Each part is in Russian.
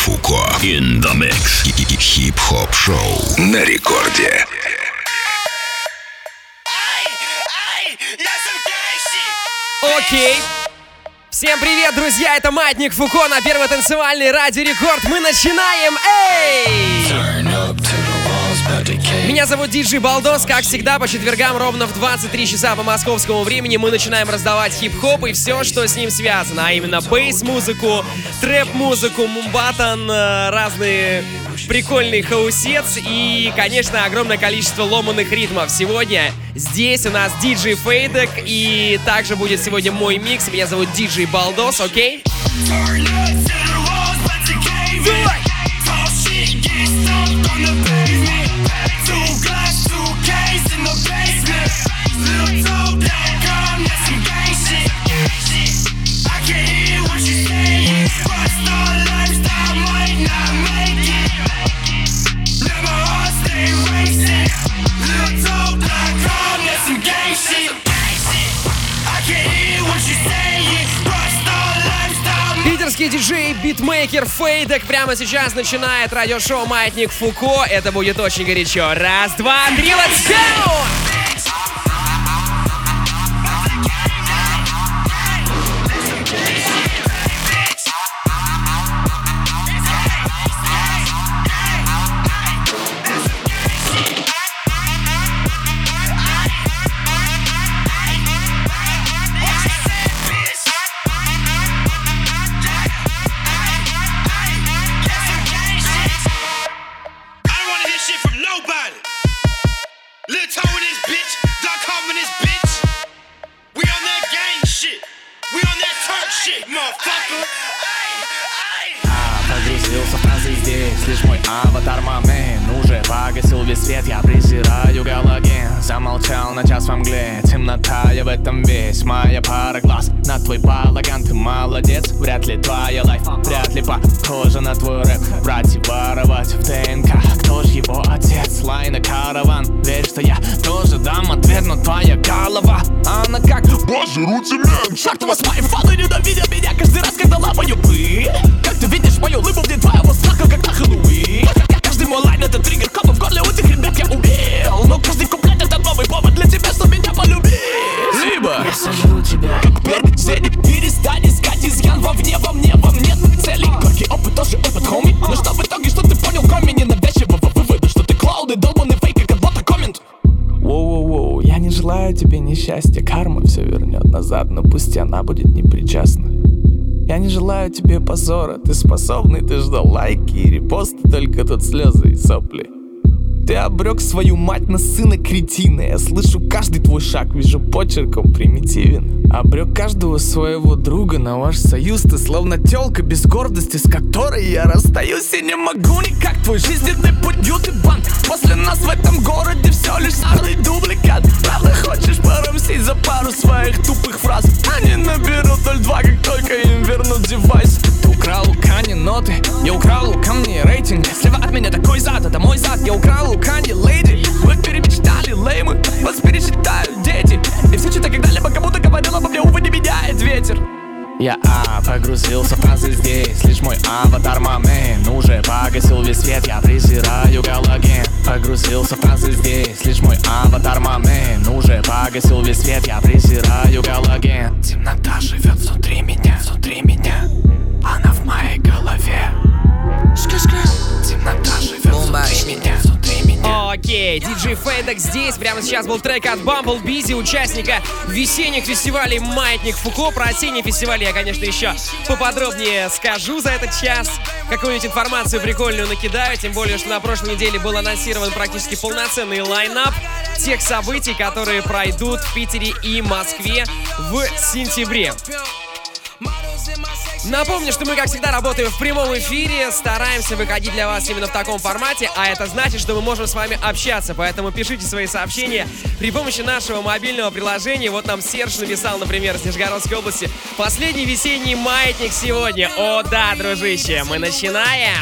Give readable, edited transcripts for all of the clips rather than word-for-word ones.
Фуко in the mix. Хип-хоп шоу на рекорде. Окей. Всем привет, друзья, это Маятник Фуко на первой танцевальной Радио Рекорд. Мы начинаем, эй! Меня зовут Диджей Балдос. Как всегда, по четвергам ровно в 23 часа по московскому времени мы начинаем раздавать хип-хоп и все, что с ним связано. А именно бейс-музыку, трэп-музыку, мумбатан, разные прикольные хаусец и, конечно, огромное количество ломаных ритмов. Сегодня здесь у нас диджей Фейдек, и также будет сегодня мой микс. Меня зовут Диджей Балдос, окей? Питерский диджей, битмейкер Фейдек прямо сейчас начинает радиошоу «Маятник Фуко». Это будет очень горячо. Раз, два, три, let's go! Погрузился в фазы здесь, лишь мой аватар мамин. Уже погасил весь свет, я презираю галоген. Замолчал на час во мгле, темнота, я в этом весь. Моя пара глаз на твой балаган, ты молодец. Вряд ли твоя лайф, вряд ли похожа на твой рэп. Брать и воровать в ДНК, кто ж его отец? Лайна караван, верь, что я тоже дам ответ, но твоя голова, она как божий рудимент. Чертова с моей фалы ненавидят меня каждый раз, когда лапаю пыль. Как ты видишь мою улыбку, где твоего страха, как на Хэллоуин. Каждый мой лайн — это триггер, копы в горле, у этих ребят я убил. Но каждый куплет — это новый повод для тебя, чтобы меня полюбить. Либо я сожру тебя, как перед средним. Перестань искать изъян вовне, во мне, вам нет цели. Горький опыт тоже опыт, хоми. Но что в итоге, что ты понял, кроме ненавязчивого вывода, что ты клауд и долбанный фейк, как бота коммент. Воу-воу-воу, я не желаю тебе несчастья, карма все вернет назад, но пусть она будет непричастна. Я не желаю тебе позора, ты способный, ты ждал лайки и репосты, только тут слезы и сопли. Ты обрек свою мать на сына кретина. Я слышу каждый твой шаг, вижу почерком примитивен. Обрек каждого своего друга на ваш союз. Ты словно тёлка без гордости, с которой я расстаюсь. И не могу никак твой жизненный путь бьюти-банд. После нас в этом городе все лишь старый дубликат. Правда хочешь порамсить за пару своих тупых фраз? Они наберут 0,2, как только им вернут девайс. Ты украл у Кани ноты, я украл у камней рейтинг. Слева от меня такой зад, это мой зад. Я украл у Кани леди. Вы перемечтали леймы, вас пересчитают дети. И все что-то когда-либо кому-то говорил обо мне, увы, не меняет ветер. Я погрузился в фазы здесь, лишь мой аватар мамин. Уже погасил весь свет, я презираю галоген. Погрузился в фазы здесь, лишь мой аватар мамин. Уже погасил весь свет, я презираю галоген. Темнота живет внутри меня, она в моей голове. Темнота живет внутри меня, Окей, диджей Фейдек здесь. Прямо сейчас был трек от Bumblebee, участника весенних фестивалей «Маятник Фуко». Про осенние фестивали я, конечно, еще поподробнее скажу за этот час. Какую-нибудь информацию прикольную накидаю. Тем более, что на прошлой неделе был анонсирован практически полноценный лайнап тех событий, которые пройдут в Питере и Москве в сентябре. Напомню, что мы, как всегда, работаем в прямом эфире, стараемся выходить для вас именно в таком формате, а это значит, что мы можем с вами общаться, поэтому пишите свои сообщения при помощи нашего мобильного приложения. Вот нам Серж написал, например, из Нижегородской области: последний весенний маятник сегодня. О да, дружище, мы начинаем!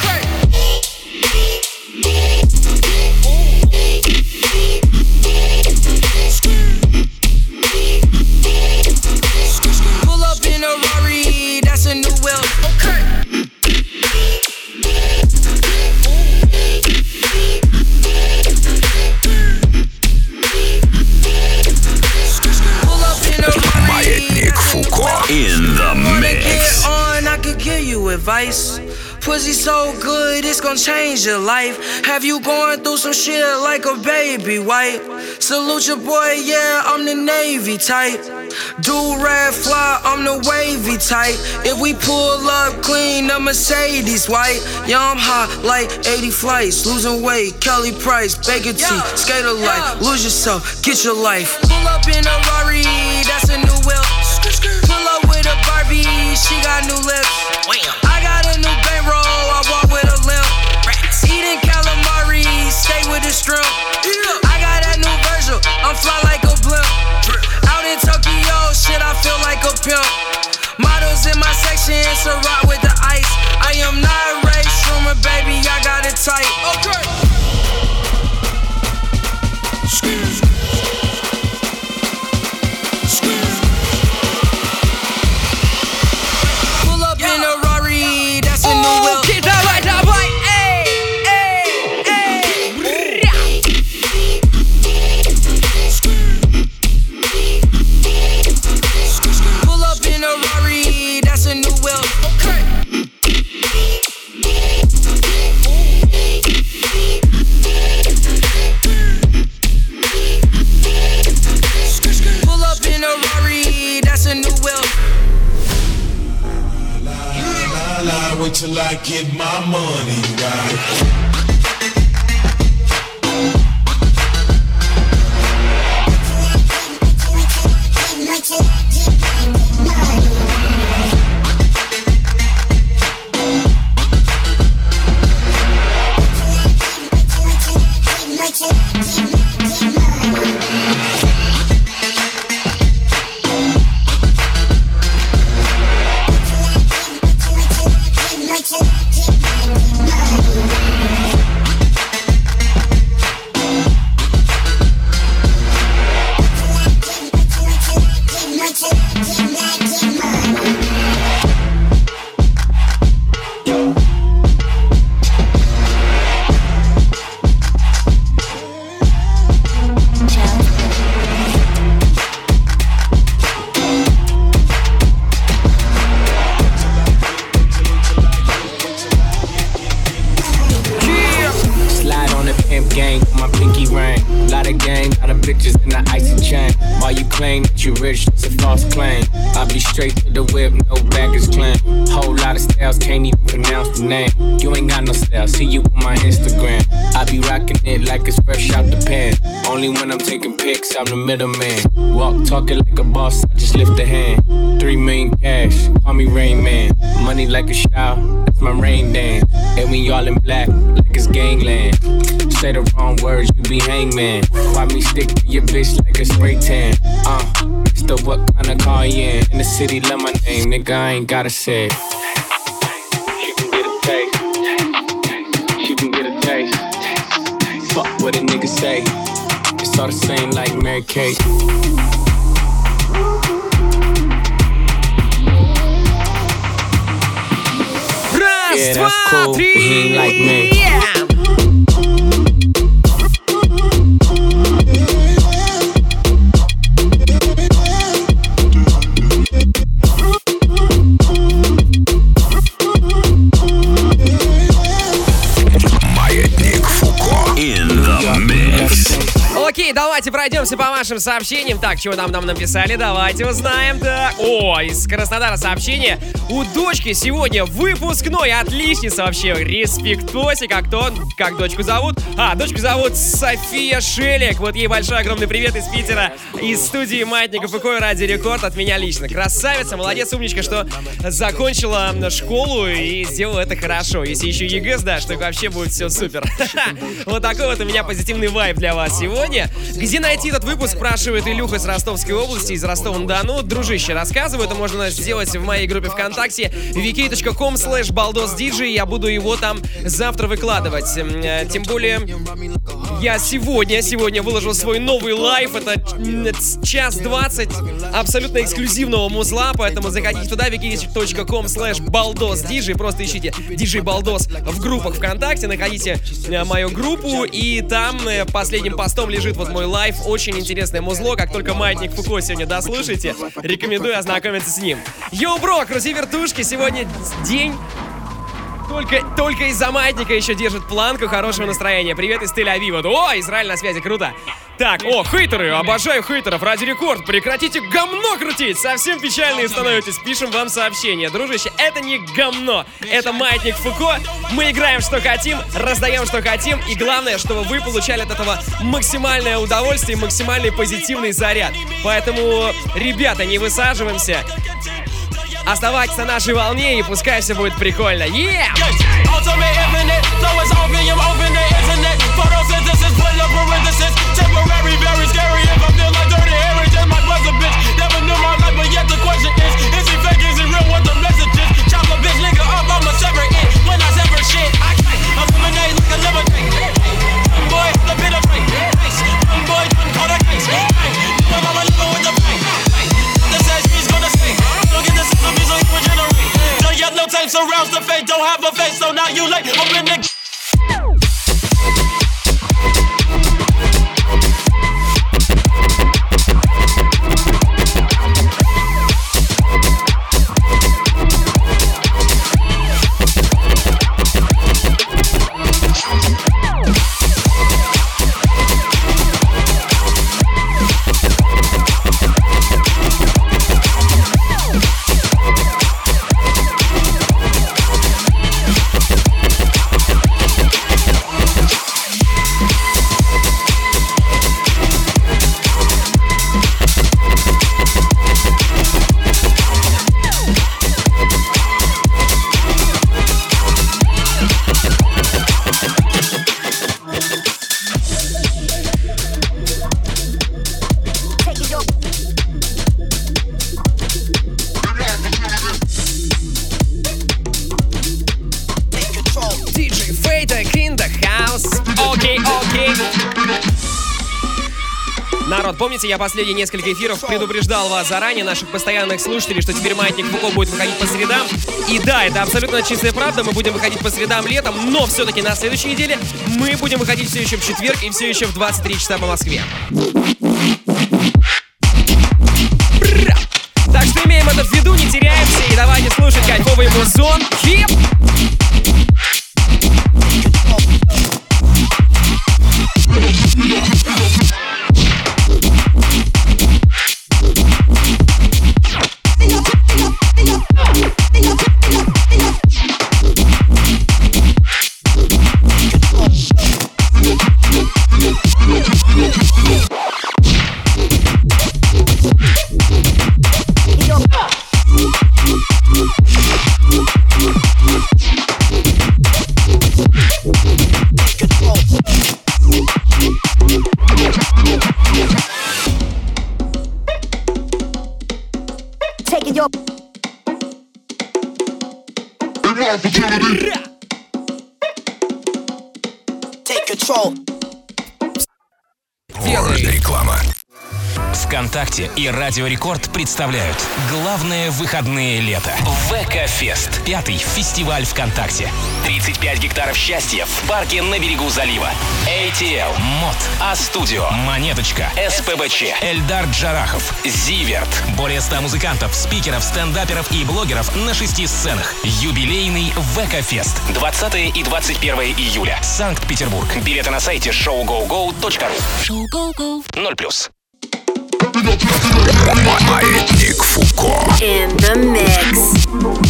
advice. Pussy so good, it's gon' change your life. Have you going through some shit like a baby wipe? Salute your boy, yeah, I'm the Navy type. Do-rag fly, I'm the wavy type. If we pull up clean, the Mercedes white. Yeah, I'm hot like 80 flights. Losing weight, Kelly Price, Baker T, skater life. Lose yourself, get your life. Pull up in a Rari, that's a new whip. Pull up with a Barbie, she got new lips. I got a new bankroll, I walk with a limp. Eating calamari, stay with the shrimp. I got that new Virgil, I'm fly like a blimp. Out in Tokyo, shit, I feel like a pimp. Models in my section, it's a rock with the ice. I am not Ray Schumer, baby, I got it tight. Okay. Pull up in a Rari, that's a new whip. Okay, давай, давай, эй, эй, эй. Pull up in a Rari, that's a new whip. Okay. Pull up in a Rari, that's a new whip. Wait till I get my money right. Straight to the whip, no baggage claim. Whole lot of styles, can't even pronounce the name. You ain't got no style, see you on my Instagram. I be rocking it like it's fresh out the pan. Only when I'm taking pics, I'm the middleman. Walk talking like a boss, I just lift a hand. 3 million cash, call me Rain Man. Money like a shower, that's my rain dance. And we all in black, like it's gangland. Say the wrong words, you be hangman. Why me stick to your bitch like a spray tan? Mister, what kind of car you in the city, love my name, nigga, I ain't gotta say it. She can get a taste. She can get a taste. Fuck what a nigga say. It's all the same like Mary Kate. Раз, Yeah, два, that's cool, три. but he ain't like me. Yeah. Окей, давайте пройдемся по вашим сообщениям. Так, чего нам написали, давайте узнаем. Так, о, из Краснодара сообщение. У дочки сегодня выпускной, отличница вообще. Респектосик, а кто? Как дочку зовут? Дочку зовут София Шелек. Вот ей большой огромный привет из Питера, из студии Маятников и Ко Радио Рекорд от меня лично. Красавица, молодец, умничка, что закончила школу и сделала это хорошо. Если еще ЕГЭ сдашь, то вообще будет все супер. Вот такой вот у меня позитивный вайб для вас сегодня. Где найти этот выпуск, спрашивает Илюха из Ростовской области, из Ростова-на-Дону. Дружище, рассказываю, это можно сделать в моей группе ВКонтакте vk.com/baldosdj. Я буду его там завтра выкладывать. Тем более, я сегодня выложил свой новый лайв. Это час 20 абсолютно эксклюзивного музла, поэтому заходите туда, vk.com/baldosdj. Просто ищите DJ Baldos в группах ВКонтакте, находите мою группу, и там последним постом лежит вот мой лайв. Очень интересное музло. Как только Маятник Фуко сегодня дослушайте, рекомендую ознакомиться с ним. Йоу, бро, крузи вертушки. Сегодня день Только из-за маятника еще держит планку хорошего настроения. Привет из Тель-Авива. О, Израиль на связи, круто. Так, хейтеры, обожаю хейтеров. Ради Рекорд, прекратите говно крутить. Совсем печальные становитесь. Пишем вам сообщение. Дружище, это не говно. Это маятник Фуко. Мы играем, что хотим, раздаем, что хотим. И главное, чтобы вы получали от этого максимальное удовольствие и максимальный позитивный заряд. Поэтому, ребята, не высаживаемся. Оставайтесь на нашей волне и пускай все будет прикольно. Yeah! No time surrounds the fate, don't have a face, so now you like open the Народ, помните, я последние несколько эфиров предупреждал вас заранее, наших постоянных слушателей, что теперь Маятник Фуко будет выходить по средам. И да, это абсолютно чистая правда, мы будем выходить по средам летом, но все-таки на следующей неделе мы будем выходить все еще в четверг и все еще в 23 часа по Москве. Так что имеем это в виду, не теряемся и давайте слушать кайфовый музон. Хип! Реклама. ВКонтакте и Радио Рекорд представляют главные выходные лета. ВК-фест. 5-й фестиваль ВКонтакте. 35 гектаров счастья в парке на берегу залива. ATL, МОД, А-студио, Монеточка, СПБЧ, Эльдар Джарахов, Зиверт. Более 100 музыкантов, спикеров, стендаперов и блогеров на 6 сценах. Юбилейный ВК-фест. 20 и 21 июля. Санкт-Петербург. Билеты на сайте showgogo.ru. 0+. Маятник Фуко. In the mix.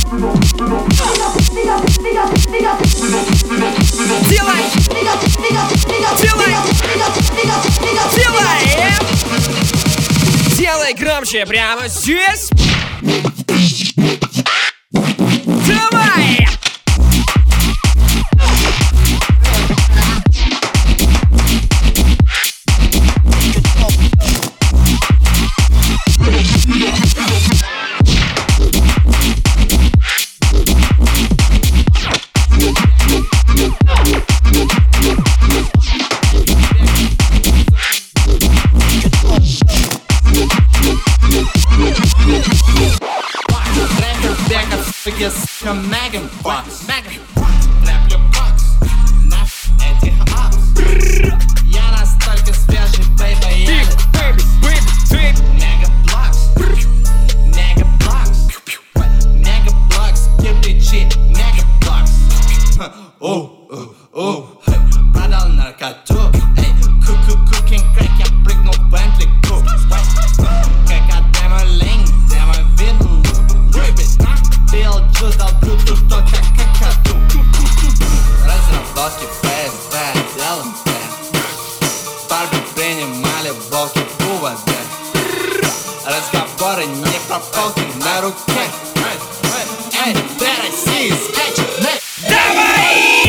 Делай! Делай громче прямо здесь! Давай! Megan Fox. Я настолько свежий, бэйби. Mega blocks, give me shit, mega blocks. Продал наркоту, эй, cooking crack, я прыгнул в Bentley Coupe. Как от Демолинг, Демовин, пил джуз, дал бруту, то как какаду. Разработки ФСБ, делом Барби принимали волки в УВД. Разговоры не про полки на руке. Эй, ты российский, давай!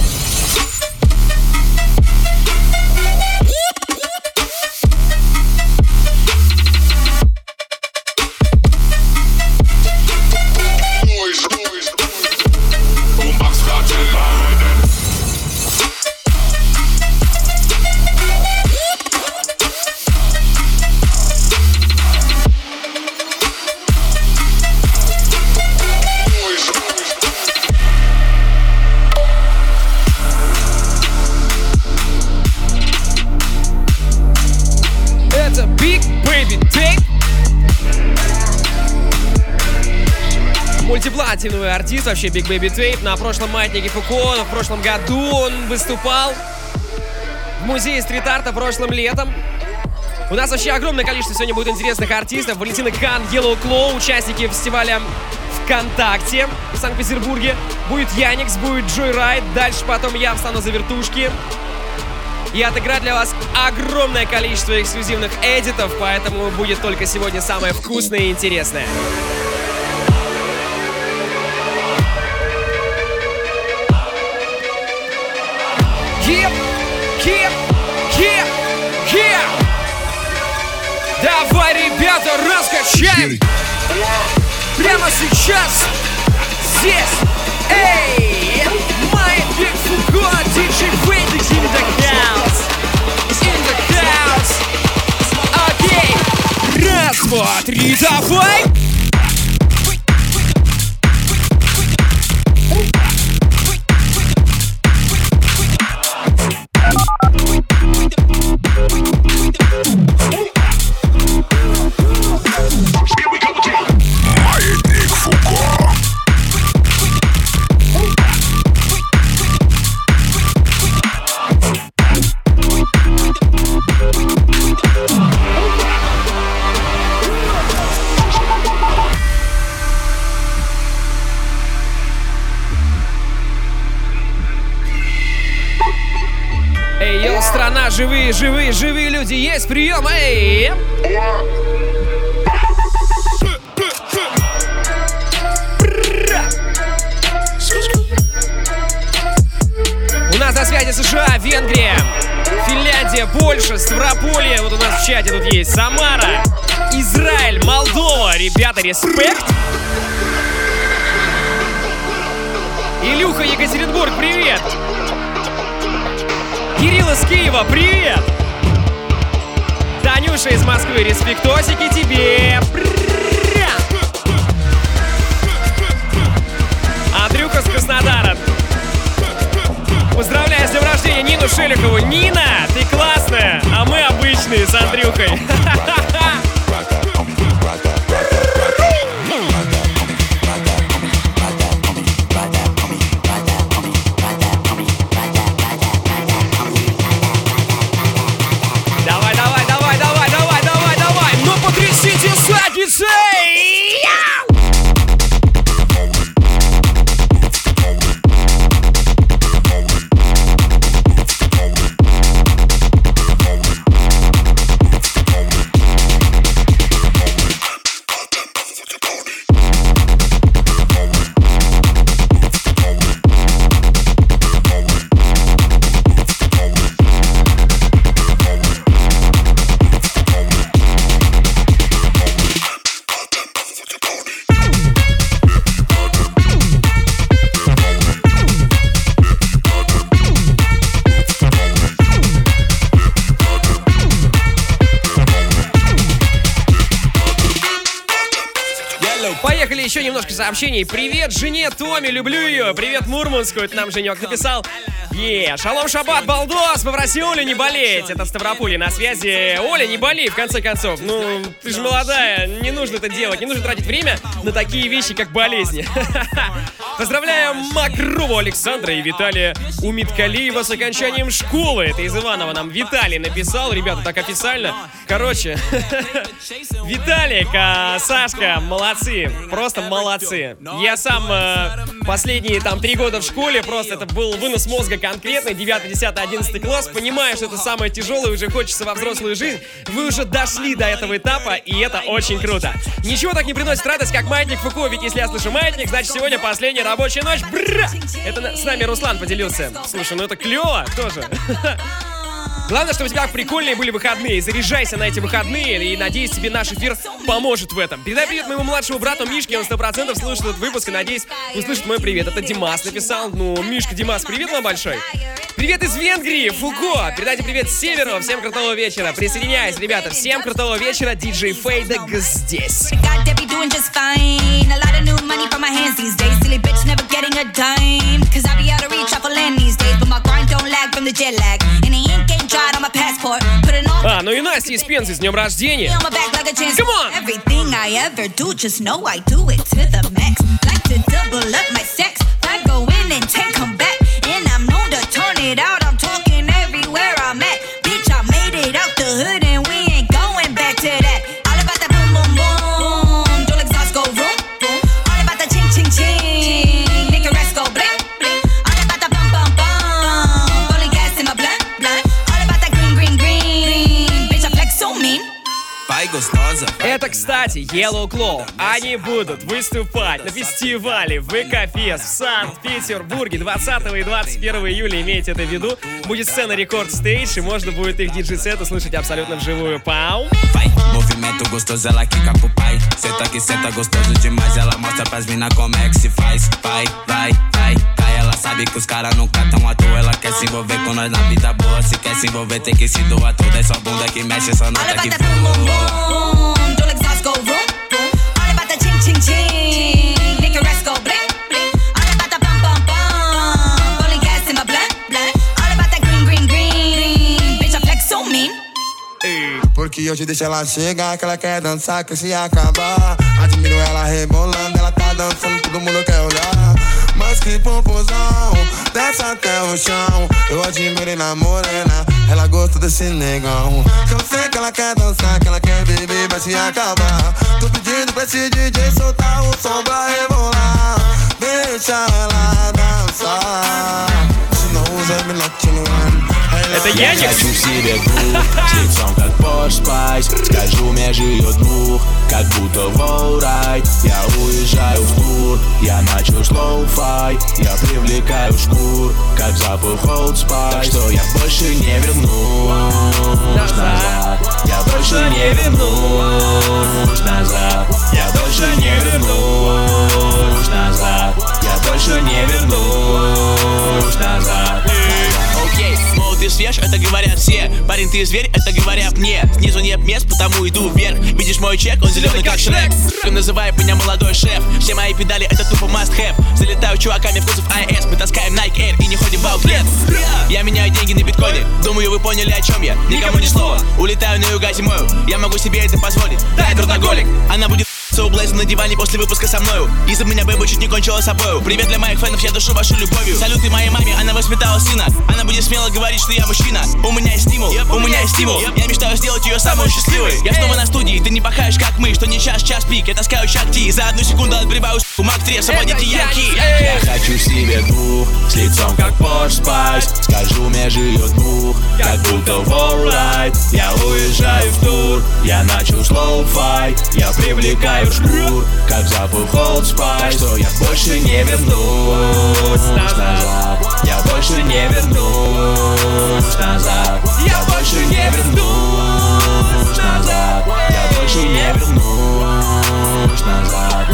Мультиплатиновый артист, вообще Big Baby Tape. На прошлом маятнике Фуко, в прошлом году он выступал в музее стрит-арта прошлым летом. У нас вообще огромное количество сегодня будет интересных артистов. Валентина Кан, Yellow Claw, участники фестиваля ВКонтакте в Санкт-Петербурге. Будет Яникс, будет Joyride. Дальше потом я встану за вертушки и отыграть для вас огромное количество эксклюзивных эдитов, поэтому будет только сегодня самое вкусное и интересное. Давай, ребята, раскачаем! Прямо сейчас! Здесь! Эй! Маятник Фуко, DJ Fadix in the house! In the house! Окей! Раз, два, три, давай! Страна, живые люди, есть прием, эй! У нас на связи США, Венгрия, Финляндия, Польша, Ставрополье, вот у нас в чате тут есть Самара, Израиль, Молдова, ребята, респект! Илюха, Екатеринбург, привет! Кирилл из Киева, привет! Танюша из Москвы, респектосики тебе! Андрюха с Краснодара. Поздравляю с днем рождения Нину Шелихову. Нина, ты классная, а мы обычные с Андрюхой. Поехали, еще немножко сообщений. Привет жене Томе, люблю ее. Привет Мурманску, это нам Женек написал. Шалом шаббат, балдос, попроси Олю не болеть. Это Ставрополье на связи. Оля, не болей, в конце концов. Ну, ты же молодая, не нужно это делать. Не нужно тратить время на такие вещи, как болезни. Поздравляем Макрову Александра и Виталия Умиткалиева с окончанием школы. Это из Иванова нам Виталий написал. Ребята, так официально. Короче, Виталик, Сашка, молодцы. Просто молодцы. Я сам последние 3 года в школе, просто это был вынос мозга конкретный. 9, 10, 11 класс. Понимаю, что это самое тяжелое, уже хочется во взрослую жизнь. Вы уже дошли до этого этапа, и это очень круто. Ничего так не приносит радость, как Маятник Фуко. Ведь если я слышу Маятник, значит сегодня последняя рабочая ночь. Бра! Это с нами Руслан поделился. Слушай, ну это клево тоже. Главное, чтобы у тебя прикольные были выходные. Заряжайся на эти выходные, и надеюсь, тебе наш эфир поможет в этом. Передай привет моему младшему брату Мишке, он 100% слушает этот выпуск и, надеюсь, услышит мой привет. Это Димас написал. Ну, Мишка, Димас, привет вам большой. Привет из Венгрии, Фуко. Передайте привет с Северу. Всем крутого вечера. Присоединяюсь, ребята. Всем крутого вечера. Диджей Фейдаг здесь. Ну и Настя из Пензы с днем рождения. Come on! Everything I ever do, just know I do it to the max. Like to double up my sex. I go in and take them back. And I'm known to turn it out. I'm talking everywhere I'm at. Bitch, I made it out the hood and we ain't going back to that. All about that boom, boom, boom. Don't exhaust, go boom, boom. All about that ching, ching, ching. Make your ass go bling, bling. All about that bum, bum, bum. Only gas in my blood, blood. All about that green, green, green. Bitch, I flex so mean. Это, кстати, Yellow Claw. Они будут выступать на фестивале ВК-фест в Санкт-Петербурге 20 и 21 июля. Имейте это в виду. Будет сцена Рекорд Стейдж, и можно будет их диджей-сет услышать абсолютно вживую. Пау! Movimento gostoso, ela quica pro pai. Senta que senta gostoso demais. Ela mostra pras mina como é que se faz. Vai, vai, vai, vai. Ela sabe que os caras nunca tão à toa. Ela quer se envolver com nós na vida boa. Se quer se envolver, tem que se doar toda. É só bunda que mexe, só nota que voa. Don't exhaust, go boom, boom. All about the ching, ching, ching. Make your ass go bling, bling. All about the bum, bum, bum. Only gas in my blood, blood. All about that green, green, green. Bitch, I flex so mean. Porque hoje deixa ela chegar, que ela quer dançar, que se acabar. Admiro ela rebolando, ela tá dançando, todo mundo quer olhar. Mas que popozão, desce até o chão. Eu admirei na morena, ela gosta desse negão. Que eu sei que ela quer dançar, que ela quer beber, vai se acabar. Tô pedindo pra esse DJ soltar o som pra rebolar. Deixa ela dançar. Se não usa melódico no ano. Это Яник? Хочу себе двух, с лицом как Porsche Spice. Скажу между ее двух, как будто волрайд. Я уезжаю в тур, я начал слоу-фай. Я привлекаю шкур, как запах Old Spice. Что я больше не вернусь назад. Я больше не вернусь назад. Я больше не вернусь назад. Я больше не вернусь назад. Окей, мол, ты свеж, это говорят все. Парень, ты зверь, это говорят мне. Снизу нет мест, потому иду вверх. Видишь мой чек, он зеленый как Шрек. Называют меня молодой шеф. Все мои педали, это тупо must have. Залетаю чуваками в кузов AS. Мы таскаем Nike Air и не ходим в аутлет. Я меняю деньги на биткоине. Думаю, вы поняли, о чем я. Никому ни слова. Улетаю на юга зимою. Я могу себе это позволить. Дай трудоголик. Она будет у Блейза на диване после выпуска со мною. Из-за меня бэйба чуть не кончила собою. Привет для моих фэнов, я душу вашу любовью. Салюты моей маме, она воспитала сына. Она будет смело говорить, что я мужчина. У меня есть стимул, у меня есть стимул. Я мечтаю сделать ее самой счастливой. Я снова на студии, ты не пахаешь как мы. Что не час пик, я таскаю чакти. И за одну секунду отбреваю Мак-3, освободите янки. Я хочу себе двух, с лицом как Porsche Spice. Скажу между ее двух, как будто волрайд. Я уезжаю в тур, я начал слоу-фай. Я привлекаю шкур, как запах Old Spice. Что я больше не вернусь назад. Я больше не вернусь назад. Я больше не вернусь назад. Я больше не вернусь назад.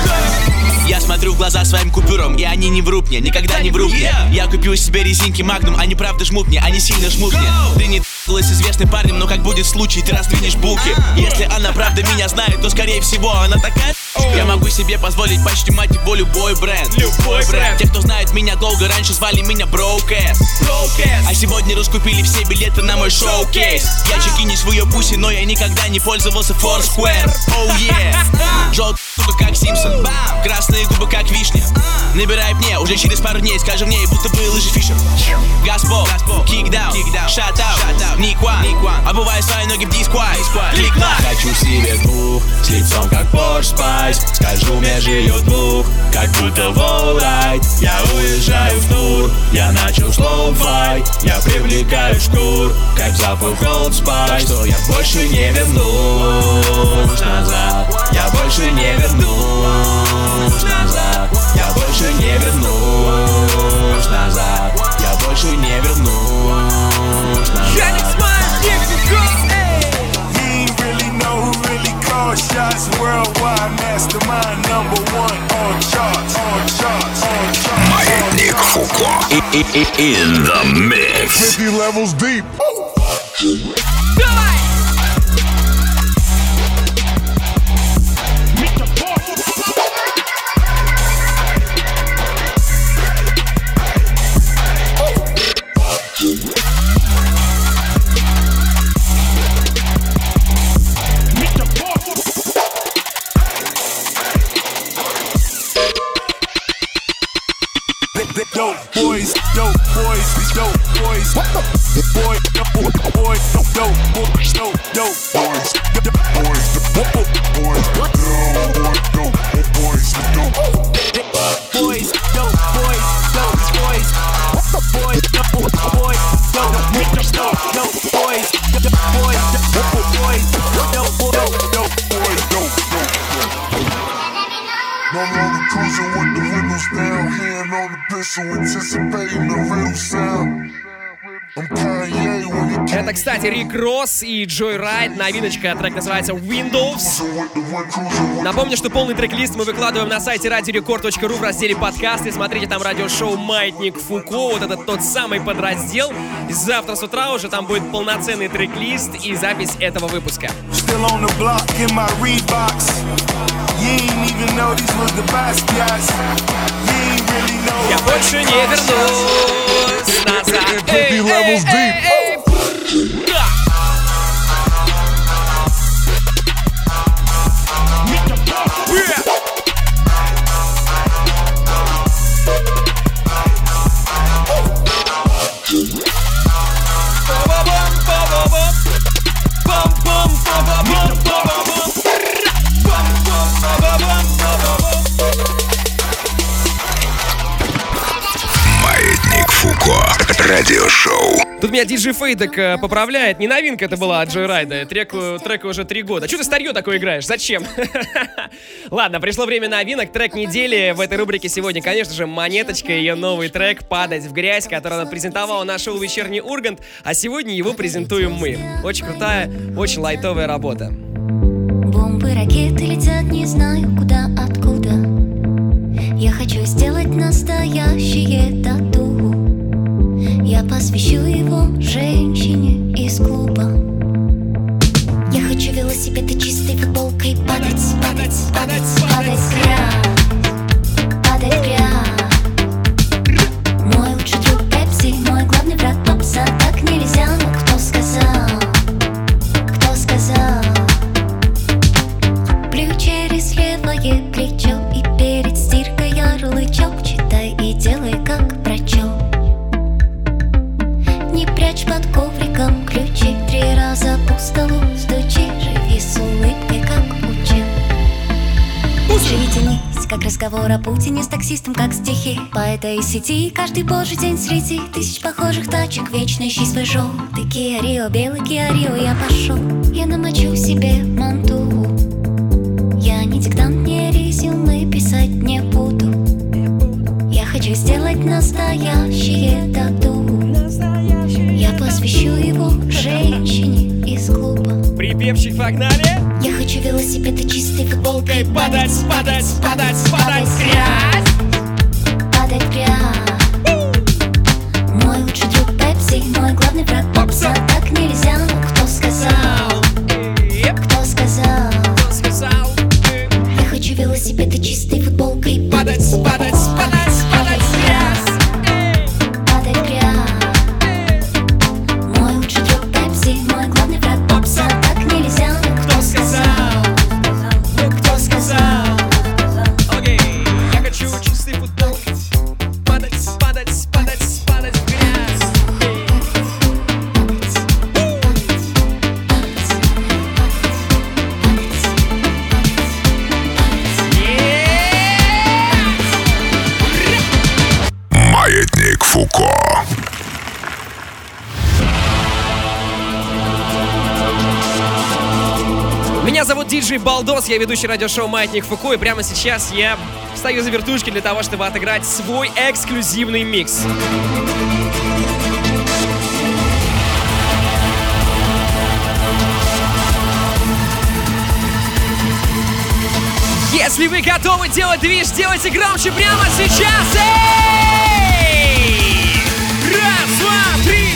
Я смотрю в глаза своим купюрам, и они не врут мне, никогда не врут мне. Я купил себе резинки Magnum, они правда жмут мне, они сильно жмут мне. Ты не с известным парнем, но как будет случай, ты раздвинешь булки. Если она правда меня знает, то скорее всего она такая. Я могу себе позволить почти мать его любой бренд. Те, кто знает меня долго, раньше звали меня Broke Ass. А сегодня раскупили все билеты на мой шоу-кейс. Я чекинюсь в ее пуси, но я никогда не пользовался Foursquare. Oh yeah. Желтый, сука, как Симпсон. Красные губы, как вишня. Набирай мне уже через пару дней, скажи мне, будто был лыжи Фишер. Газпол, кикдаун, шатаут, Никван, обувай свои ноги в дисквай. Хочу себе двух, с лицом как Porsche Spice. Скажу, мне живет двух, как будто в Allright. Я уезжаю в тур, я начал slow fight. Я привлекаю шкур, как запах Old Spice. Так что я больше не вернусь назад. Я больше не вернусь назад. Я больше не вернусь назад. Я больше не вернусь назад. Shots worldwide, mastermind number one on charts. Маятник Фуко in the mix. 50 levels deep. Dope boys, dope boys, dope boys. What the boy, dope boys, dope boys, dope boys, dope boys, dope boys, boys, dope boys, dope boys. What the boy, dope boys, dope boys, dope boys, no longer cruising with the windows down, hand on the pistol, anticipating the real sound. Это, кстати, Рик Росс и Joy Ride, новиночка, трек называется Windows. Напомню, что полный трек-лист мы выкладываем на сайте radiorecord.ru в разделе подкасты. Смотрите там радиошоу «Маятник Фуко», вот этот тот самый подраздел. И завтра с утра уже там будет полноценный трек-лист и запись этого выпуска. Я больше не вернусь назад. Эй, эй, эй, эй. Маятник Фуко. Радиошоу. Тут меня диджей Фейдек поправляет. Не новинка это была от Joy Ride. Треку уже 3 года. Что ты старье такое играешь? Зачем? Ладно, пришло время новинок. Трек недели в этой рубрике сегодня, конечно же, Монеточка. Ее новый трек «Падать в грязь», который она презентовала на шоу «Вечерний Ургант». А сегодня его презентуем мы. Очень крутая, очень лайтовая работа. Бомбы, ракеты летят, не знаю куда, откуда. Я хочу сделать настоящее тату. Я посвящу его женщине из клуба. Я хочу велосипед и чистой футболкой падать, падать, падать, падать в грязь, падать в грязь. Мой лучший друг Пепси, мой главный враг попса. Так нельзя, но кто сказал? Кто сказал? Плюю через левое плечо, и перед стиркой ярлычок. Читай и делай как прочел. Не прячь под ковриком ключи, 3 раза по столу стучи. Живи с улыбкой, как учил. Соединись, как разговор о Путине с таксистом, как стихи. По этой сети каждый божий день среди тысяч похожих тачек. Вечно ищи свой желтый Kia Rio, белый Kia Rio. Я пошел, я намочу себе манту. Я не диктант, не резюме, писать не буду. Я хочу сделать настоящее тату. Я посвящу его женщине из клуба. Припевчик, погнали! Я хочу велосипед и чистой футболкой падать, падать, падать, падать в грязь. Падать в грязь. Мой лучший друг Пепси, мой главный враг попса. Так нельзя, но кто сказал? Кто сказал? Кто сказал? Я хочу велосипед и чистой футболкой падать, падать, падать, падать в грязь. Падать в грязь. Мой лучший друг Пепси, мой главный враг попса. Так нельзя, но кто сказал? Кто сказал? Окей, я хочу Фуко. Меня зовут Диджей Балдос, я ведущий радиошоу «Маятник Фуко», и прямо сейчас я встаю за вертушки для того, чтобы отыграть свой эксклюзивный микс. Если вы готовы делать движ, делайте громче прямо сейчас! Эй! Раз, два, три!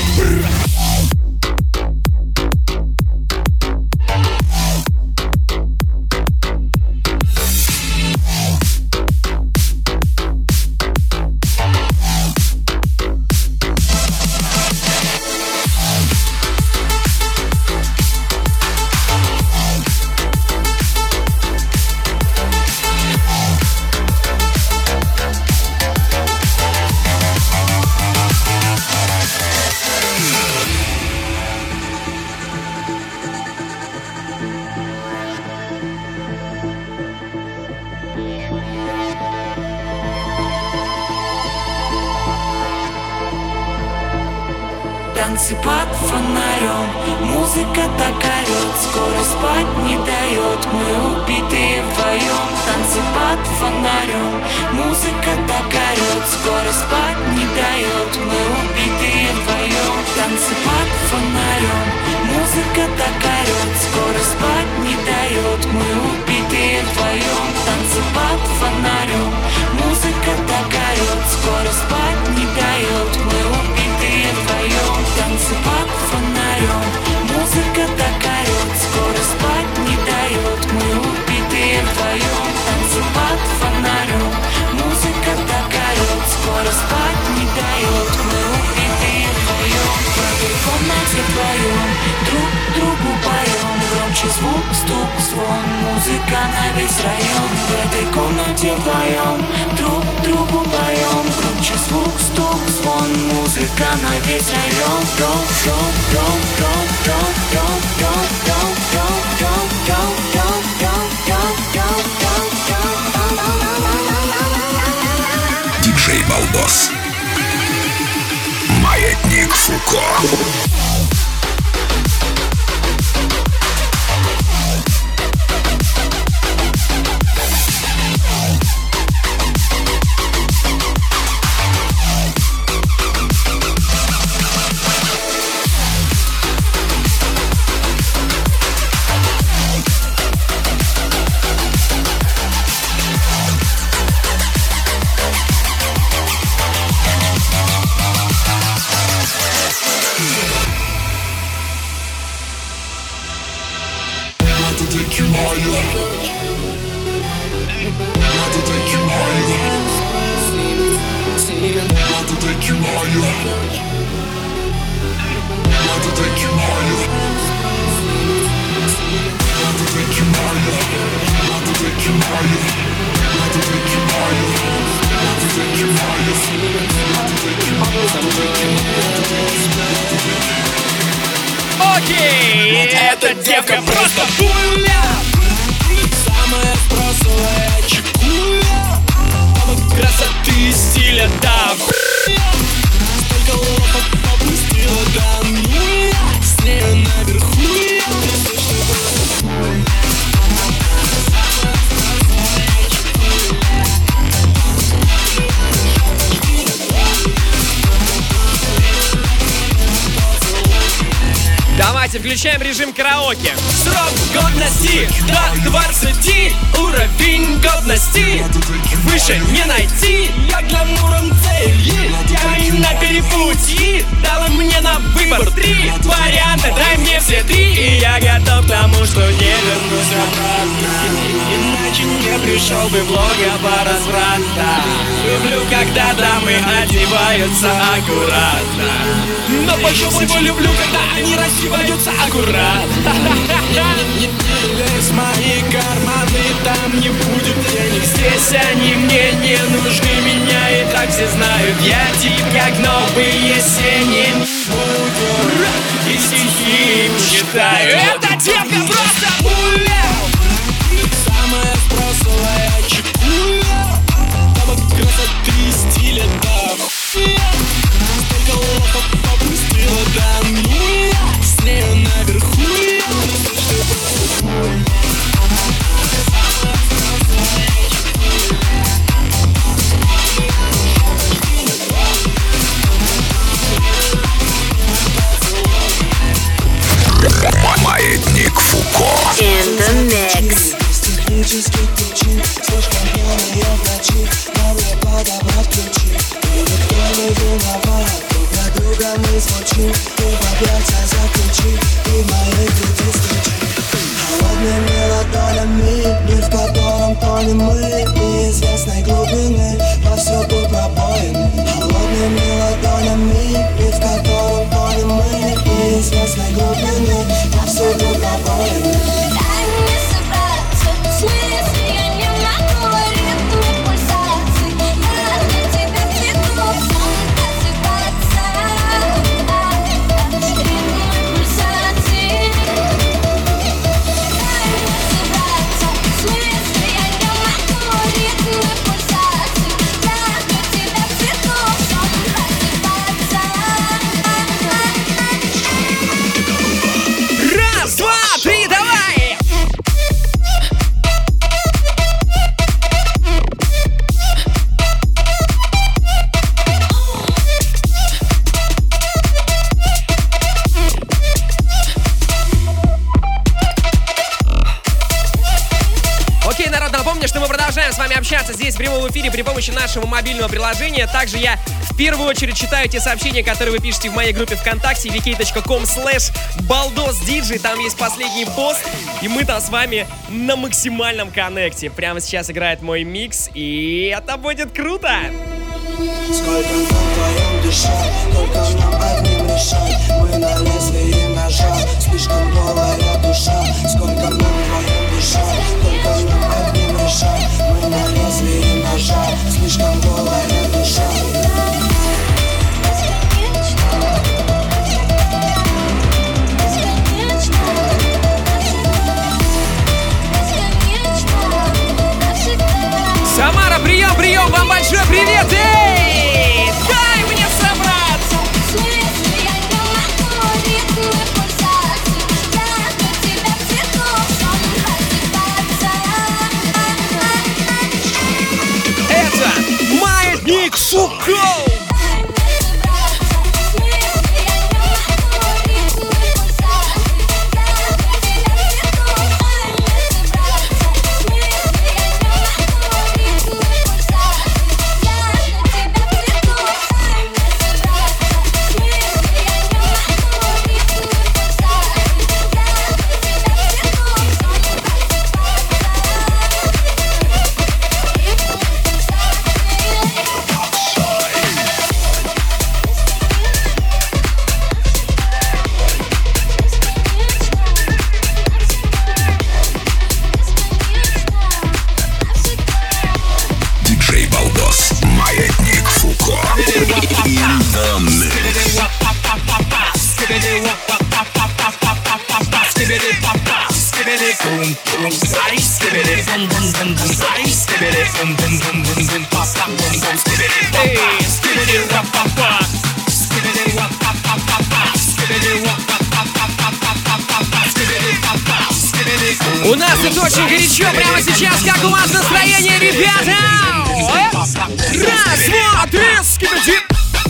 Танцы под фонарем, музыка так орёт, скоро спать не дает, мы убитые вдвоем. Танцы под фонарем, музыка так орёт, скоро спать не дает, мы убитые вдвоем. Танцы под фонарем, музыка так орёт, скоро спать не дает, мы убитые вдвоем. Танцы под фонарем, музыка так орёт, скоро спать не дает, мы убитые вдвоем. Танцы под фонарем, музыка так орёт, скоро спать не дает, мы убитые вдвоем. Танцы под фонарем, музыка так орёт, скоро спать не дает, мы убитые вдвоем. В этой комнате вдвоем, друг другу поем, громче звук, стук, звон, музыка на весь район. В этой комнате вдвоем, друг другу поем, громче звук, стук, звон, музыка на весь район. Диджей Балдос. Маятник Фуко. Окей, эта девка просто пуля, самая бросовая чекуля, красоты и стиля, да, столько лохов попустила до нуля, с нею наверху я. Давайте включаем режим караоке. Срок годности до 20, уровень годности выше не найти. Я гламуром цель, я и на перепутье. Дала мне на выбор 3 варианта, дай мне все 3, и я готов к тому, что не вернусь обратно. Иначе не пришел бы в логово разврата. Люблю, когда дамы одеваются аккуратно, но больше всего люблю, когда они раздеваются аккуратно. Не лезь в мои карманы, там не будет денег. Здесь они мне не нужны, меня и так все знают. Я тип, как новый Есенин, и стихи им читаю. Эта девка просто пуля, самая бросовая чекуля, красоты и стиля, да. волновая. Друг на друга мы звучим, ты в объятия заключи, и в моей груди стучи. Холодными ладонями, мир, в котором тонем мы, неизвестной глубины, повсюду пробоины. Холодными ладонями, мир, в котором тонем мы, неизвестной глубины, повсюду пробоины. Дай мне собраться с мысли, я не могу, ритмы пульсаций. Я для тебя цвету, сон просыпаться. Ритмы пульсаций. Дай мне собраться с мысли, я не могу, ритмы пульсаций. Я для тебя цвету, сон просыпаться. Раз, два, три, давай! Окей, народ, напомню, что мы продолжаем с вами общаться здесь в прямом эфире при помощи нашего мобильного приложения. Также я в первую очередь читаю те сообщения, которые вы пишете в моей группе ВКонтакте vk.com/baldosdj. Там есть последний пост, и мы там с вами на максимальном коннекте. Прямо сейчас играет мой микс, и это будет круто! Сколько нам вдвоем дышать, только нам одним решать. Мы на лезвии ножа, слишком голая душа. Сколько нам вдвоем дышать, только нам одним решать. Мы на лезвии ножа, слишком голая душа. Самара, прием, прием, вам большой привет! Эй! Дай мне собраться! В смысле, я не могу, ритмы пульсаций. Я для тебя цвету, сон просыпаться. Это Маятник Фуко! У нас тут очень горячо прямо сейчас. Как у вас настроение, ребята? Раз, два, три, скибиди!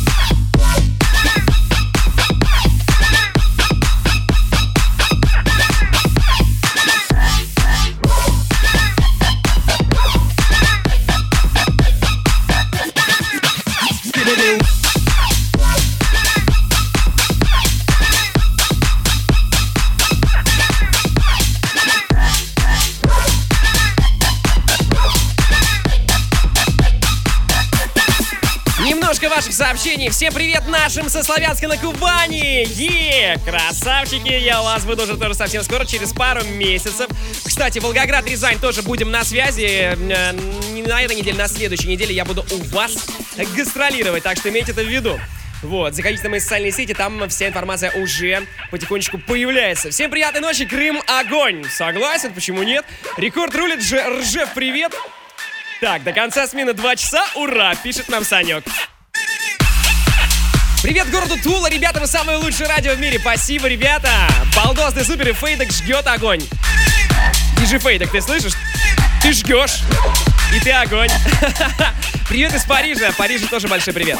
Ваших сообщений. Всем привет нашим со Славянска на Кубани! Красавчики! Я у вас буду уже тоже совсем скоро, через пару месяцев. Кстати, Волгоград, Рязань тоже будем на связи. Не на этой неделе, на следующей неделе я буду у вас гастролировать, так что имейте это в виду. Вот, заходите на мои социальные сети, там вся информация уже потихонечку появляется. Всем приятной ночи, Крым, огонь! Согласен, почему нет? Рекорд рулит, Ржев, привет! Так, до конца смены 2 часа, ура, пишет нам Санек. Привет городу Тула, ребята, вы самое лучшее радио в мире. Спасибо, ребята. Балдос, ты супер, и Фейдек жгет огонь. Диджей Фейдек, ты слышишь? Ты жгешь, и ты огонь. Привет из Парижа. Парижу тоже большой привет.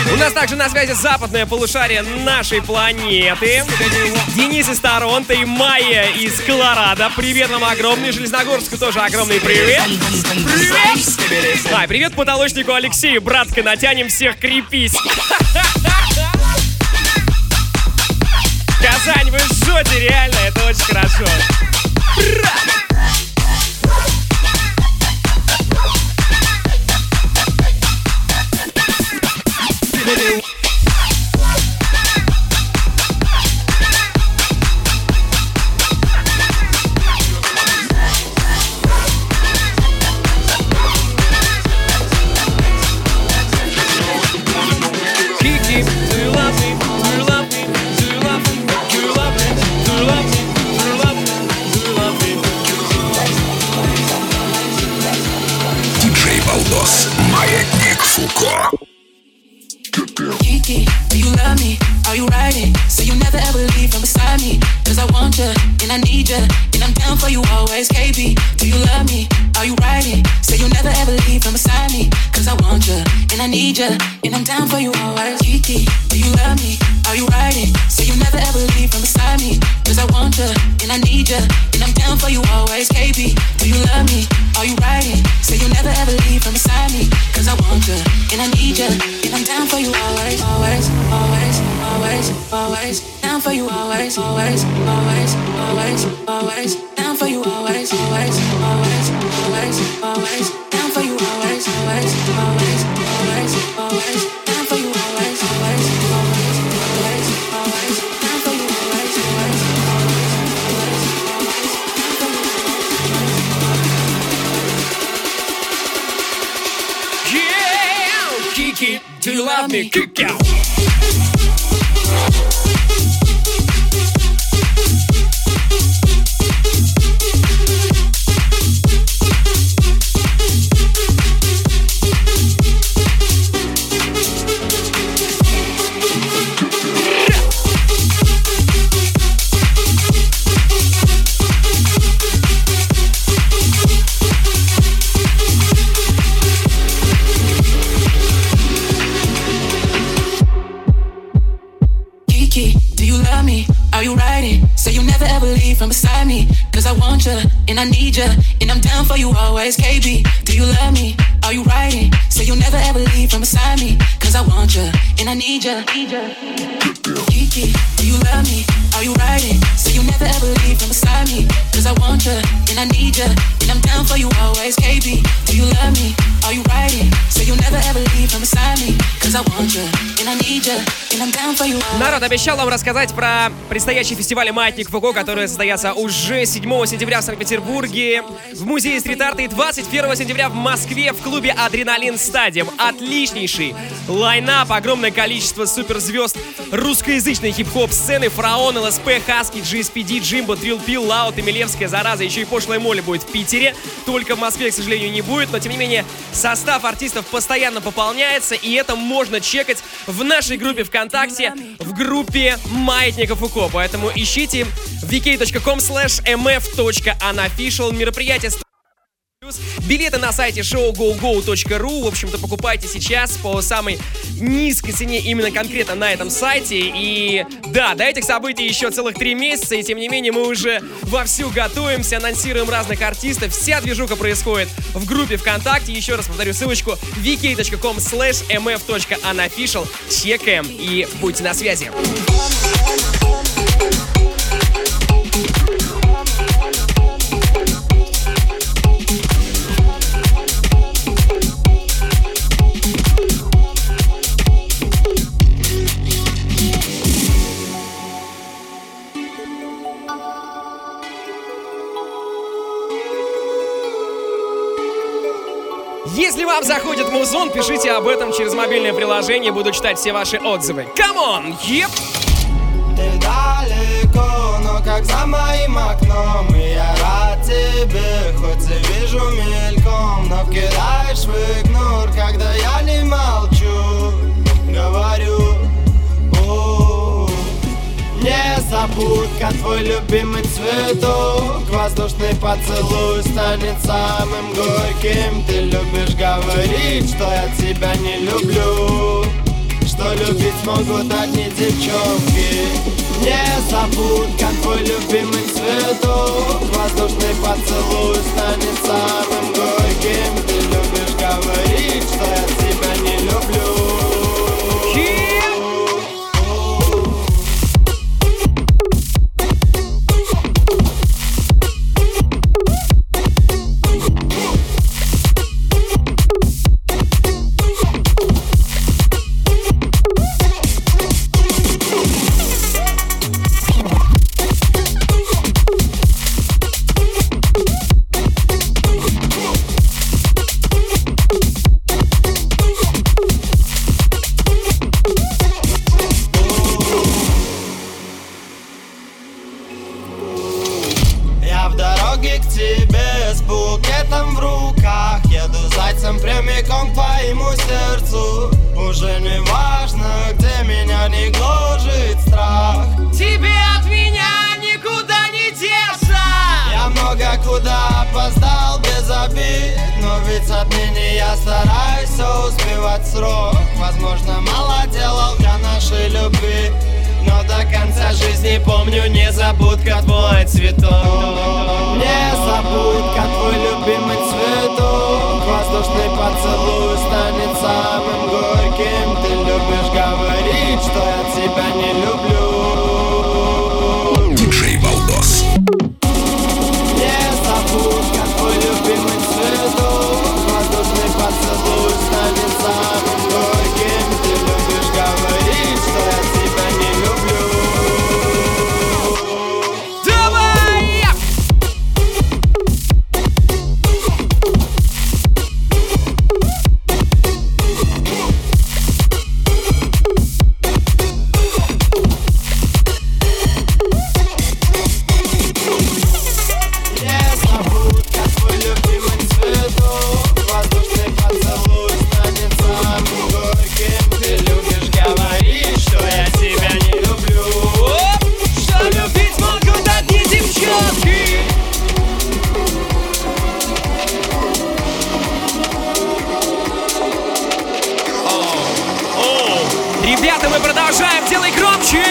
У нас также на связи западное полушарие нашей планеты. Денис из Торонто и Майя из Колорадо. Привет вам огромный. Железногорску тоже огромный привет. Привет! Привет потолочнику Алексею. Братка, натянем всех, крепись. Казань, вы жжете, реально, это очень хорошо. Kiki, do you love me? Are you riding? So you never ever leave from beside me. Cause I want you, and I need you, and I'm down for you always. KB, do you love me? Are you riding? So you never ever leave from beside me. Cause I want you, and I need you, and I'm down for you always. Kiki, do you love me? Are you riding? So you never ever leave from beside me. Cause I want you, and I need you, and I'm down for you always. KB, do you love me? Are you riding? So you never ever leave from beside me. Cause I want you, and I need you, and I'm down for you always, always, always, always, always. Down for you always, always, always, always, always. Down for you always, always, always, always, always. Down for you always, always, always, always, always. Down for you always, always, always, always, always. Down for you always, always, always, always. Yeah, Kiki, do you love me? Kick out. Are you riding? So you never ever leave from beside me. Cause I want you, and I need you, and I'm down for you always. KB, do you love me? Are you riding? So you never ever leave from beside me. Cause I want you, and I need you. Kiki, do you love me? Are you riding? So you never ever leave from beside me. Cause I want you, and I need you, and I'm down for you always. KB, do you love me? Are you riding? So you never ever leave from beside me. Cause I want you, and I need you, and I'm down for you always. Народ, обещал вам рассказать про предстоящий фестиваль «Маятник Фуко», который состоится уже 7 сентября в Санкт-Петербурге, в музее стрит-арта, и 21 сентября в Москве в клубе «Адреналин Стадиум». Отличнейший лайнап, огромное количество суперзвезд русскоязычной хип-хоп сцены: Фараон, ЛСП, Хаски, GSPD, Джимбо, Трилл Пил, Лаут и Милевская зараза. Еще и Пошлая Молли будет в Питере. Только в Москве, к сожалению, не будет. Но, тем не менее, состав артистов постоянно пополняется, и это можно чекать в нашей группе ВКонтакте, в группе «Маятника Фуко». Поэтому ищите vk.com/mf.unofficial. Мероприятие билеты на сайте showgogo.ru. В общем-то, покупайте сейчас по самой низкой цене именно конкретно на этом сайте. И да, до этих событий еще целых 3 месяца, и тем не менее мы уже вовсю готовимся, анонсируем разных артистов. Вся движуха происходит в группе ВКонтакте. Еще раз повторю ссылочку: vk.com/mf.unofficial. Чекаем и будьте на связи. Если вам заходит музон, пишите об этом через мобильное приложение. Буду читать все ваши отзывы. Камон! Еп! Ты далеко, но как за моим окном. И я рад тебе, хоть и вижу мельком. Но вкидаешь в игнор, когда я не молчу. Говорю, не забудь, как твой любимый цветок. Воздушный поцелуй станет самым горьким. Ты любишь говорить, что я тебя не люблю, что что любить могут одни девчонки. Незабудка, твой любимый цветок, воздушный поцелуй станет самым горьким. Ты любишь говорить, что я тебя не люблю. Прямиком к твоему сердцу. Уже не важно, где меня не гложет страх. Тебе от меня никуда не деться. Я много куда опоздал без обид, но ведь отныне я стараюсь все успевать в срок. Возможно, мало делал для нашей любви, но до конца жизни помню, незабудка твой цветок. Незабудка твой любимый цветок, воздушный поцелуй станет самым горьким. Ты любишь говорить, что я тебя не люблю. Диджей Балдос. Незабудка твой любимый цветок, воздушный поцелуй станет самым горьким. Ты любишь говорить, что я тебя не люблю. Ребята, мы продолжаем, делай громче!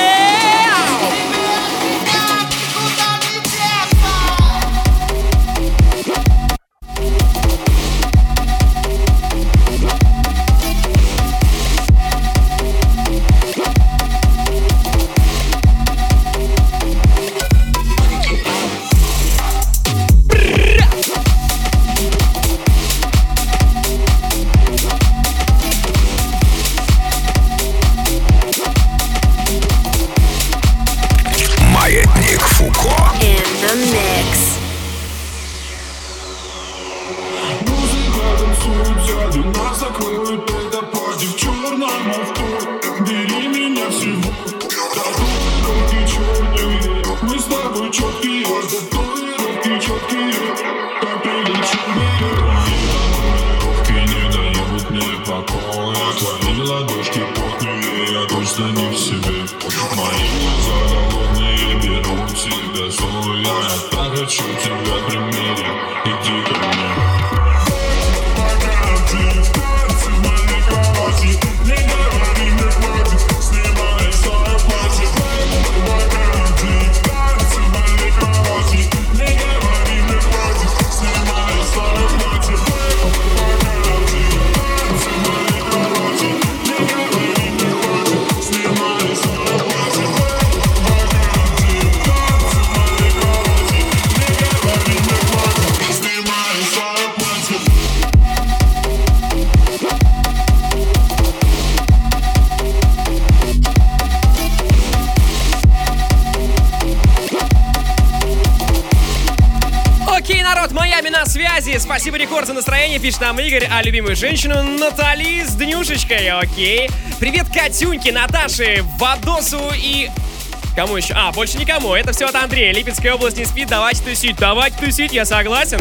Спасибо, Рекорд, за настроение, пишет нам Игорь, а любимую женщину Натали с днюшечкой, окей. Привет Катюньке, Наташе, Вадосу и... Кому еще? А, больше никому, это все от Андрея. Липецкая область не спит, давайте тусить, я согласен.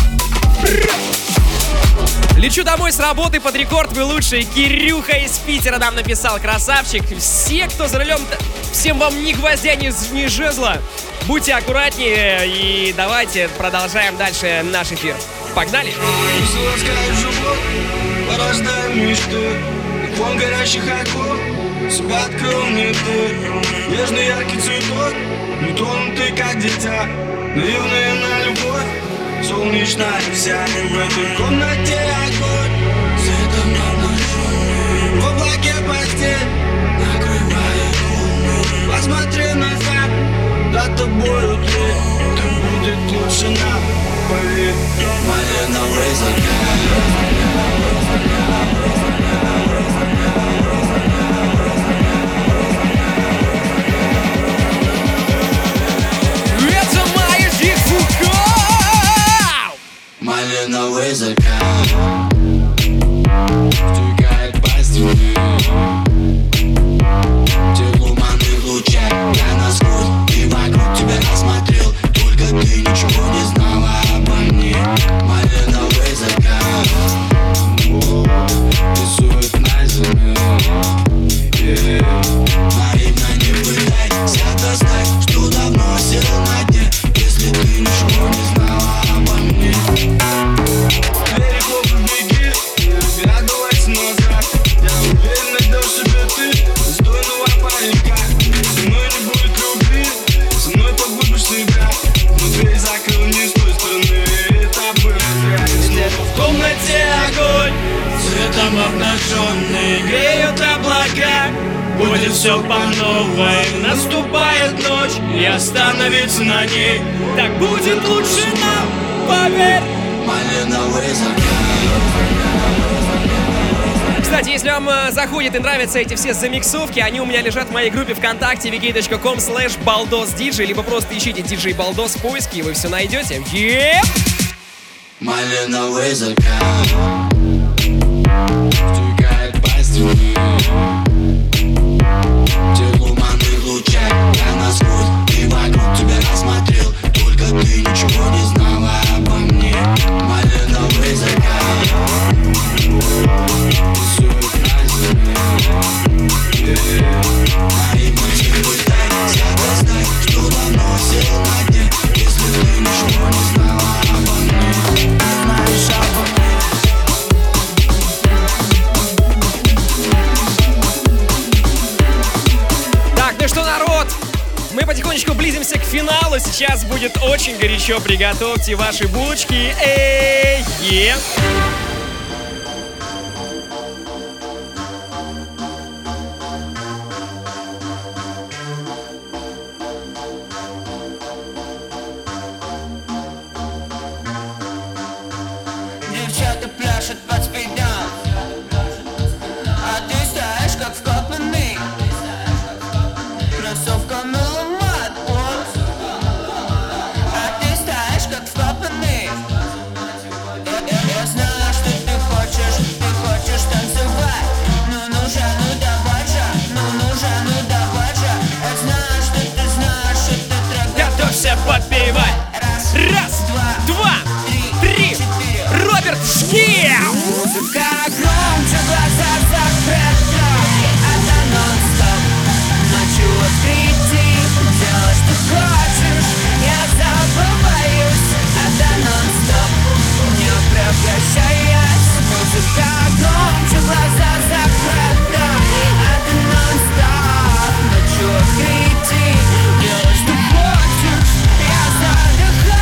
Лечу домой с работы под Рекорд, вы лучшие. Кирюха из Питера нам написал, красавчик. Все, кто за рулем, всем вам ни гвоздя, ни жезла. Будьте аккуратнее и давайте продолжаем дальше наш эфир. Погнали! Фон горящих огонь, себя открыл мне ты. Нежный яркий цветок, нетронутый как дитя. Наивная на любовь, солнечная вся. В этой комнате огонь, светом обнаженный. В облаке постель, накрывает волны. Посмотри назад, за тобою ты. Так будет лучше нам, поверь. Малиновый закат. Малиновый закат стекает по стене. Те туманных лучах я насквозь и вокруг тебя осмотрел. Только ты ничего не знала обо мне. Малиновый закат рисует на земле. Наивно не пытайся достать, что давно сел на дне. Если ты ничего не знала обо мне. Двери хлопай, беги, не оглядывайся назад. Я уверен, найдешь себе ты достойного паренька. Со мной не будет любви, со мной погубишь себя. Но дверь закрыл не с той стороны, это было зря. Где-то в комнате огонь, цветом обнаженный, греют облака. Будет все по новой, наступает ночь, и остановиться на ней. Так будет лучше нам, поверь. Малиновый закат. Кстати, если вам заходит и нравятся эти все замиксовки, они у меня лежат в моей группе ВКонтакте vk.com/baldosdj, либо просто ищите DJ Baldos в поиске, и вы все найдете. Малиновый закат стекает по стене. Те туманных лучах я насквозь и вокруг тебя осмотрел. Только ты ничего не знала обо мне. Малиновый закат рисует на земле. Наивно не пытайся достать, что давно сел на дне. Если ты ничего не знала обо мне, не знаешь обо мне. Что, народ, мы потихонечку близимся к финалу. Сейчас будет очень горячо. Приготовьте ваши булочки. Эй-е! Девчата пляшут под спидом, а ты стоишь как вкопанный. Кроссовками ломает пол, а ты стоишь как вкопанный. Я знаю, что ты хочешь танцевать. Ну нужно, ну давай же, ну нужно, ну давай же. Я знаю, что ты знаешь, что ты трек. Готовься подпевать. Раз, два, три. Роберт Шки! Музыка громче, глаза закрыты. Это нон-стоп. Ночью открытий, делай, что хочешь. Я забываюсь. Это нон-стоп. Не прекращаясь. Музыка громче, глаза закрыты. Это нон-стоп. Ночью открытий, делай, что хочешь. Я задыхаюсь.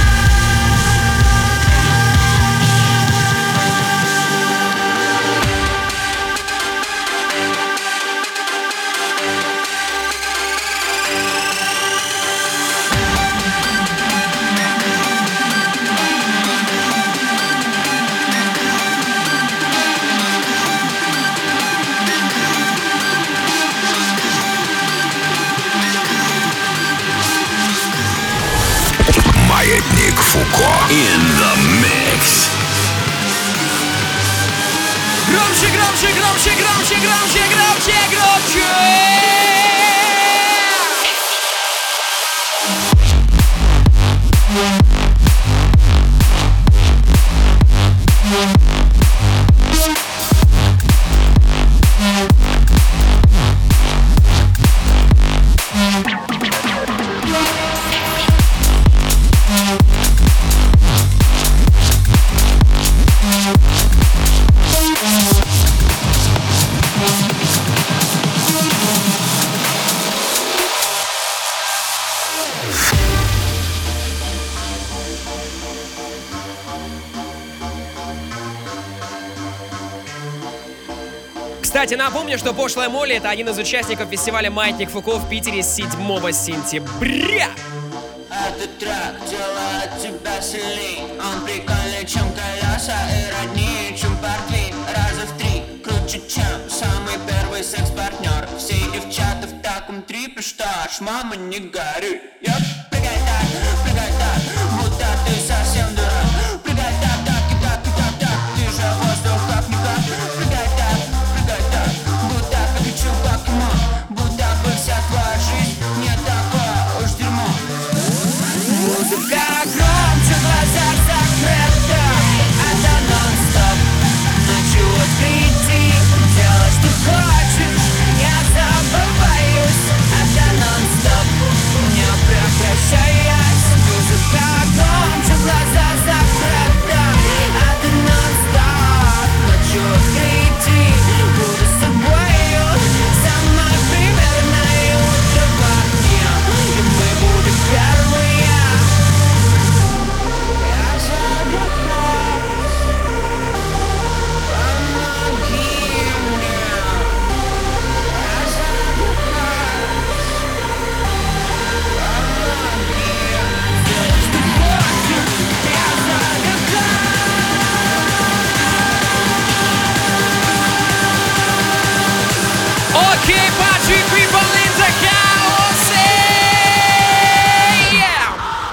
Маятник Фуко in the mix. Громче, громче, громче, громче, громче, громче, громче! Кстати, напомню, что Пошлая Молли — это один из участников фестиваля «Маятник Фуко» в Питере 7 сентября. Этот трек делает тебя сильней. Он прикольнее, чем колеса, и роднее, чем портвейн. Раза в 3 круче, чем самый первый секс-партнер. Все девчата в таком трипе, что аж мама не горюй. Прыгай так, будто ты совсем дурак. Прыгай так, ты же воздух как никак. Прыгай так, будто Пикачу покемон. Будто бы вся твоя жизнь не такое уж дерьмо. Музыка громче, в глазах закрыта. Это нон-стоп, ночью открытий. Делай, что хочешь, я забываюсь. Это нон-стоп, не прекращаясь. Музыка громче, в глазах закрыта. Это нон-стоп, ночью открытий. Буду с собою, самое примерное утро во дне. И мы будем первые. Окей, Patrick People in the house! Yeah!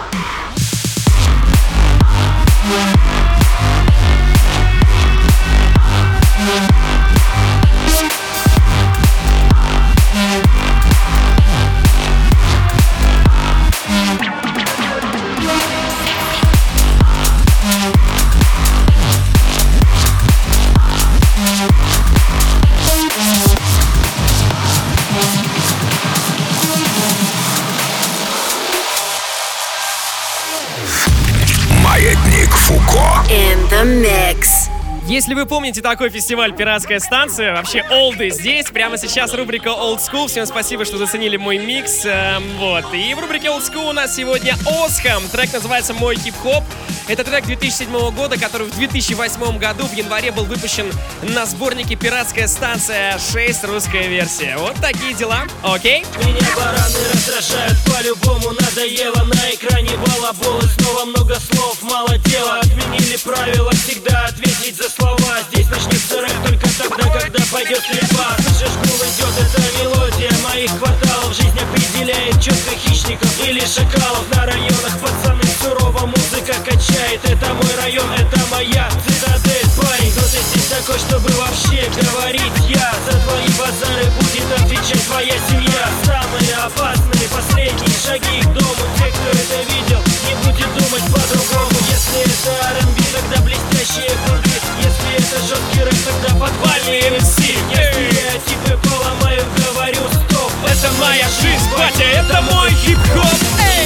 Маятник Фуко. In the mix. Если вы помните такой фестиваль «Пиратская станция», вообще олды здесь. Прямо сейчас рубрика Old School. Всем спасибо, что заценили мой микс. Вот. И в рубрике Old School у нас сегодня Оскам. Трек называется «Мой хип-хоп». Это трек 2007 года, который в 2008 году в январе был выпущен на сборнике «Пиратская станция 6. Русская версия». Вот такие дела. Окей? Меня бараны раздражают по-любому. Надоело на экране балаболы. Снова много слов, мало дела. Отменили правила всегда ответить за слова. Здесь начнется рэп только тогда, когда пойдет клипа. Слышишь, гул идет, это мелодия моих кварталов. Жизнь определяет чувства хищников или шакалов. На районах пацаны сурово, музыка качает. Это мой район, это моя цитадель. Парень, кто ты здесь такой, чтобы вообще говорить? Я за твои базары будет отвечать твоя семья. Самые опасные последние шаги к дому. Те, кто это видел, не будет думать по-другому. Если это R&B, тогда блестящие груди. Если это жесткий рэп, тогда подвальный МС. Если я типы поломаю, говорю стоп. Это моя жизнь, батя, это мой хип-хоп. Эй!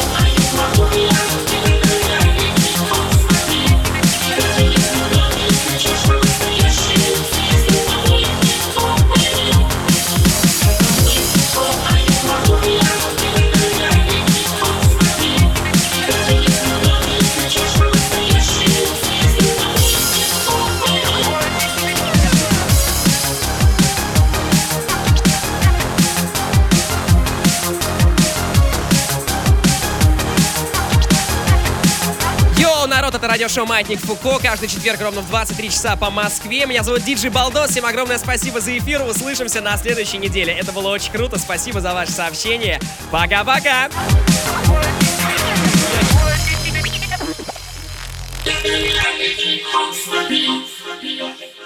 Это радиошоу «Маятник Фуко». Каждый четверг ровно в 23 часа по Москве. Меня зовут Диджей Балдос. Всем огромное спасибо за эфир. Услышимся на следующей неделе. Это было очень круто. Спасибо за ваше сообщение. Пока-пока. You're